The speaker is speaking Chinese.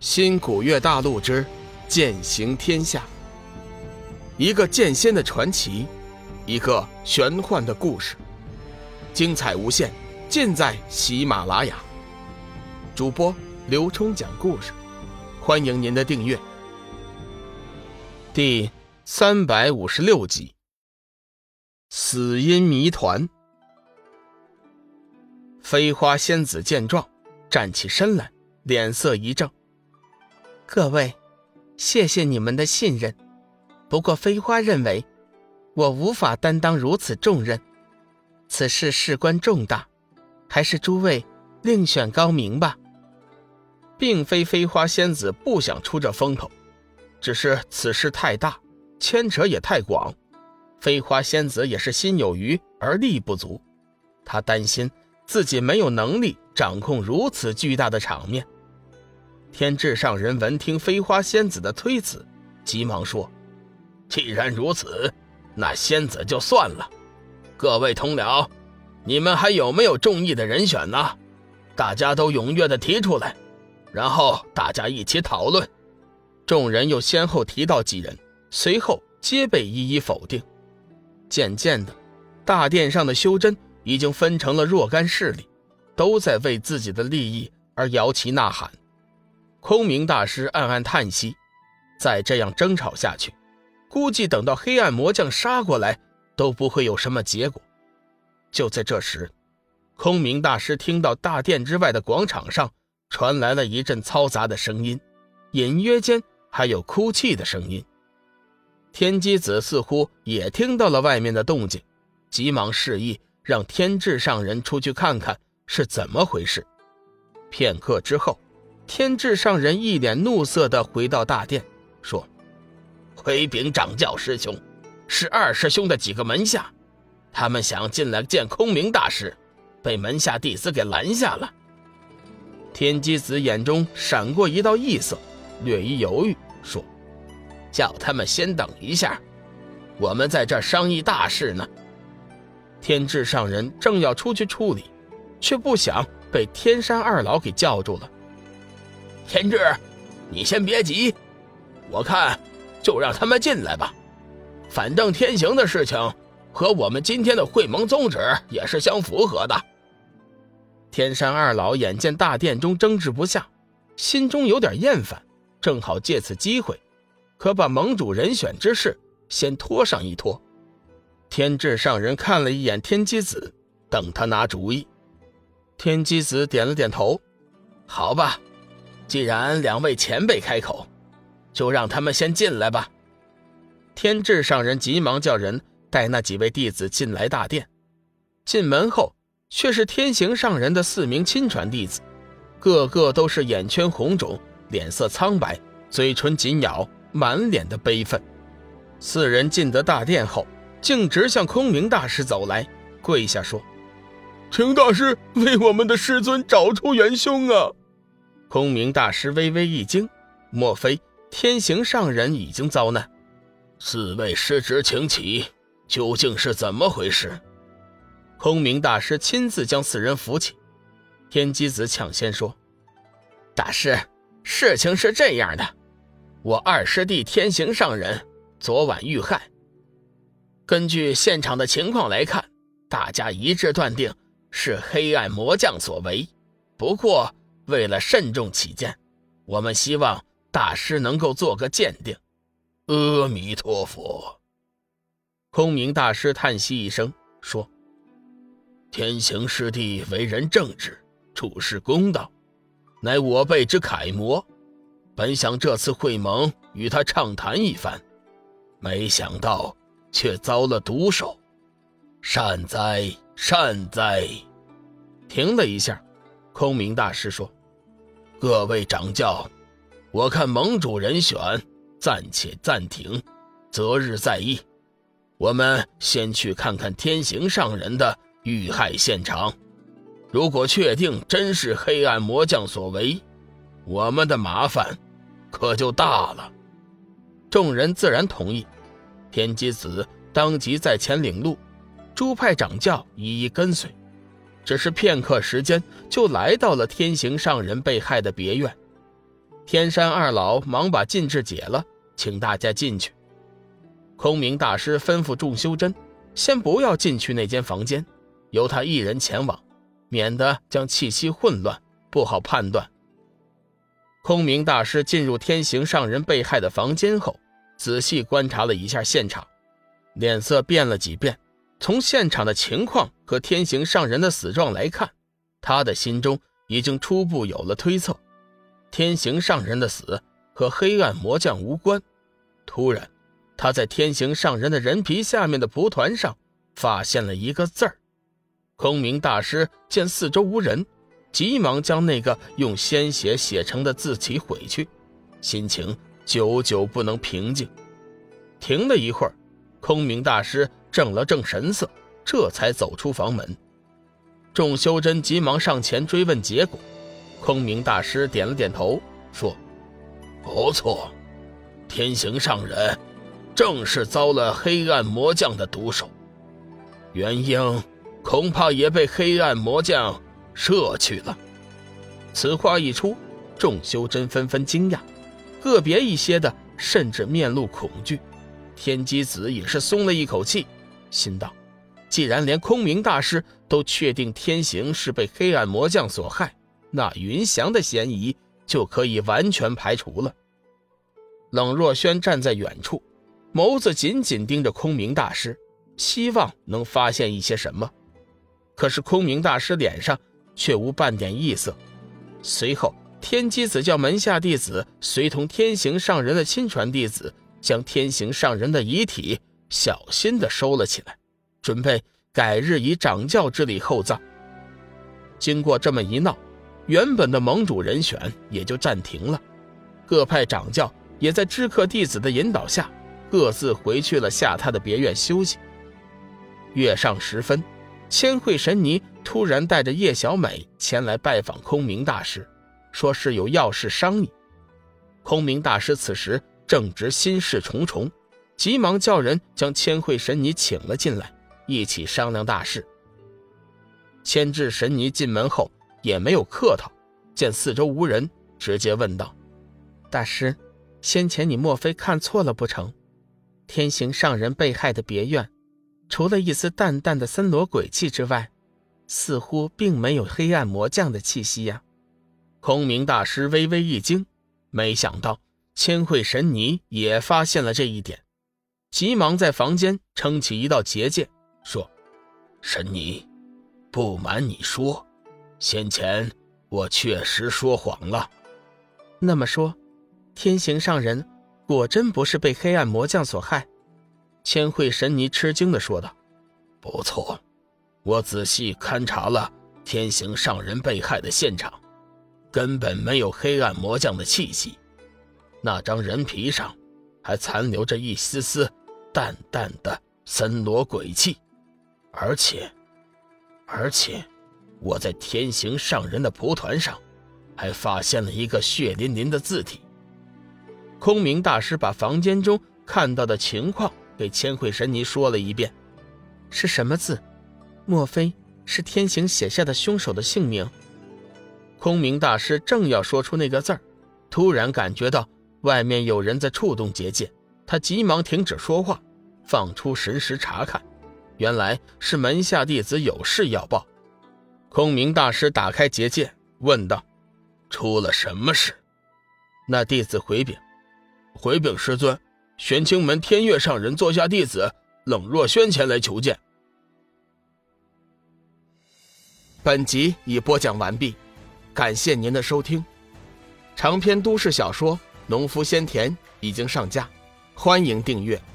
新古月大陆之剑行天下，一个剑仙的传奇，一个玄幻的故事，精彩无限，尽在喜马拉雅。主播刘冲讲故事，欢迎您的订阅。第356集，死因谜团。飞花仙子见状，站起身来，脸色一正。 各位，谢谢你们的信任，不过飞花认为我无法担当如此重任，此事事关重大，还是诸位另选高明吧。 并非飞花仙子不想出这风头，只是此事太大，牵扯也太广，飞花仙子也是心有余而力不足，她担心自己没有能力掌控如此巨大的场面。天智上人闻听飞花仙子的推辞，急忙说：既然如此，那仙子就算了。各位同僚，你们还有没有中意的人选呢？大家都踊跃地提出来，然后大家一起讨论。众人又先后提到几人，随后皆被一一否定。渐渐的，大殿上的修真已经分成了若干势力，都在为自己的利益而摇旗呐喊。空明大师暗暗叹息，再这样争吵下去，估计等到黑暗魔将杀过来都不会有什么结果。就在这时，空明大师听到大殿之外的广场上传来了一阵嘈杂的声音，隐约间还有哭泣的声音。天机子似乎也听到了外面的动静，急忙示意让天智上人出去看看是怎么回事。片刻之后，天智上人一脸怒色地回到大殿，说：回禀掌教师兄，是二师兄的几个门下，他们想进来见空明大师，被门下弟子给拦下了。天机子眼中闪过一道异色，略一犹豫，说：叫他们先等一下，我们在这儿商议大事呢。天智上人正要出去处理，却不想被天山二老给叫住了。天智，你先别急，我看就让他们进来吧，反正天行的事情和我们今天的会盟宗旨也是相符合的。天山二老眼见大殿中争执不下，心中有点厌烦，正好借此机会可把盟主人选之事先拖上一拖。天智上人看了一眼天机子，等他拿主意。天机子点了点头，好吧，既然两位前辈开口，就让他们先进来吧。天智上人急忙叫人带那几位弟子进来大殿。进门后却是天行上人的4名亲传弟子，个个都是眼圈红肿，脸色苍白，嘴唇紧咬，满脸的悲愤。4人进得大殿后，径直向空明大师走来，跪下说：请大师为我们的师尊找出元凶啊！空明大师微微一惊，莫非天行上人已经遭难？4位师侄请起，究竟是怎么回事？空明大师亲自将4人扶起。天机子抢先说：大师，事情是这样的，我二师弟天行上人昨晚遇害，根据现场的情况来看，大家一致断定是黑暗魔将所为，不过为了慎重起见，我们希望大师能够做个鉴定。阿弥陀佛。空明大师叹息一声说：天行师弟为人正直，处事公道，乃我辈之楷模，本想这次会盟与他畅谈一番，没想到却遭了毒手，善哉善哉。停了一下，空明大师说：各位掌教，我看盟主人选暂且暂停，择日再议。我们先去看看天行上人的遇害现场，如果确定真是黑暗魔将所为，我们的麻烦可就大了。众人自然同意，天机子当即在前领路，诸派掌教一一跟随。只是片刻时间，就来到了天行上人被害的别院。 天山二老忙把禁制解了，请大家进去。空明大师吩咐众修真先不要进去那间房间，由他一人前往，免得将气息混乱，不好判断。空明大师进入天行上人被害的房间后，仔细观察了一下现场，脸色变了几变。从现场的情况和天行上人的死状来看，他的心中已经初步有了推测，天行上人的死和黑暗魔将无关。突然，他在天行上人的人皮下面的蒲团上发现了一个字儿。空明大师见四周无人，急忙将那个用鲜血写成的字体毁去，心情久久不能平静。停了一会儿，空明大师正了正神色，这才走出房门。众修真急忙上前追问结果，空明大师点了点头，说：不错，天行上人正是遭了黑暗魔将的毒手，元婴恐怕也被黑暗魔将摄去了。此话一出，众修真纷纷惊讶，个别一些的甚至面露恐惧。天机子也是松了一口气，心道：既然连空明大师都确定天行是被黑暗魔将所害，那云翔的嫌疑就可以完全排除了。冷若轩站在远处，眸子紧紧盯着空明大师，希望能发现一些什么。可是空明大师脸上却无半点异色。随后，天机子教门下弟子随同天行上人的亲传弟子，将天行上人的遗体小心地收了起来，准备改日以掌教之礼厚葬。经过这么一闹，原本的盟主人选也就暂停了，各派掌教也在知客弟子的引导下，各自回去了下榻的别院休息。月上时分，千惠神尼突然带着叶小美前来拜访空明大师，说是有要事商议。空明大师此时正值心事重重，急忙叫人将千惠神尼请了进来，一起商量大事。千智神尼进门后也没有客套，见四周无人，直接问道： 大师，先前你莫非看错了不成？天行上人被害的别院，除了一丝淡淡的森罗鬼气之外，似乎并没有黑暗魔将的气息呀。 空明大师微微一惊，没想到千惠神尼也发现了这一点，急忙在房间撑起一道结界，说：神尼，不瞒你说，先前我确实说谎了。 那么说，天行上人果真不是被黑暗魔将所害？ 千惠神尼吃惊地说道：不错，我仔细勘察了天行上人被害的现场，根本没有黑暗魔将的气息，那张人皮上还残留着一丝丝淡淡的森罗鬼气，而且我在天行上人的蒲团上还发现了一个血淋淋的字体。空明大师把房间中看到的情况给千惠神尼说了一遍。 是什么字？莫非是天行写下的凶手的姓名？ 空明大师正要说出那个字儿，突然感觉到外面有人在触动结界，他急忙停止说话，放出神识查看，原来是门下弟子有事要报。空明大师打开结界，问道：出了什么事？那弟子回禀师尊，玄清门天月上人座下弟子冷若轩前来求见。本集已播讲完毕，感谢您的收听。长篇都市小说《农夫先田》已经上架，欢迎订阅。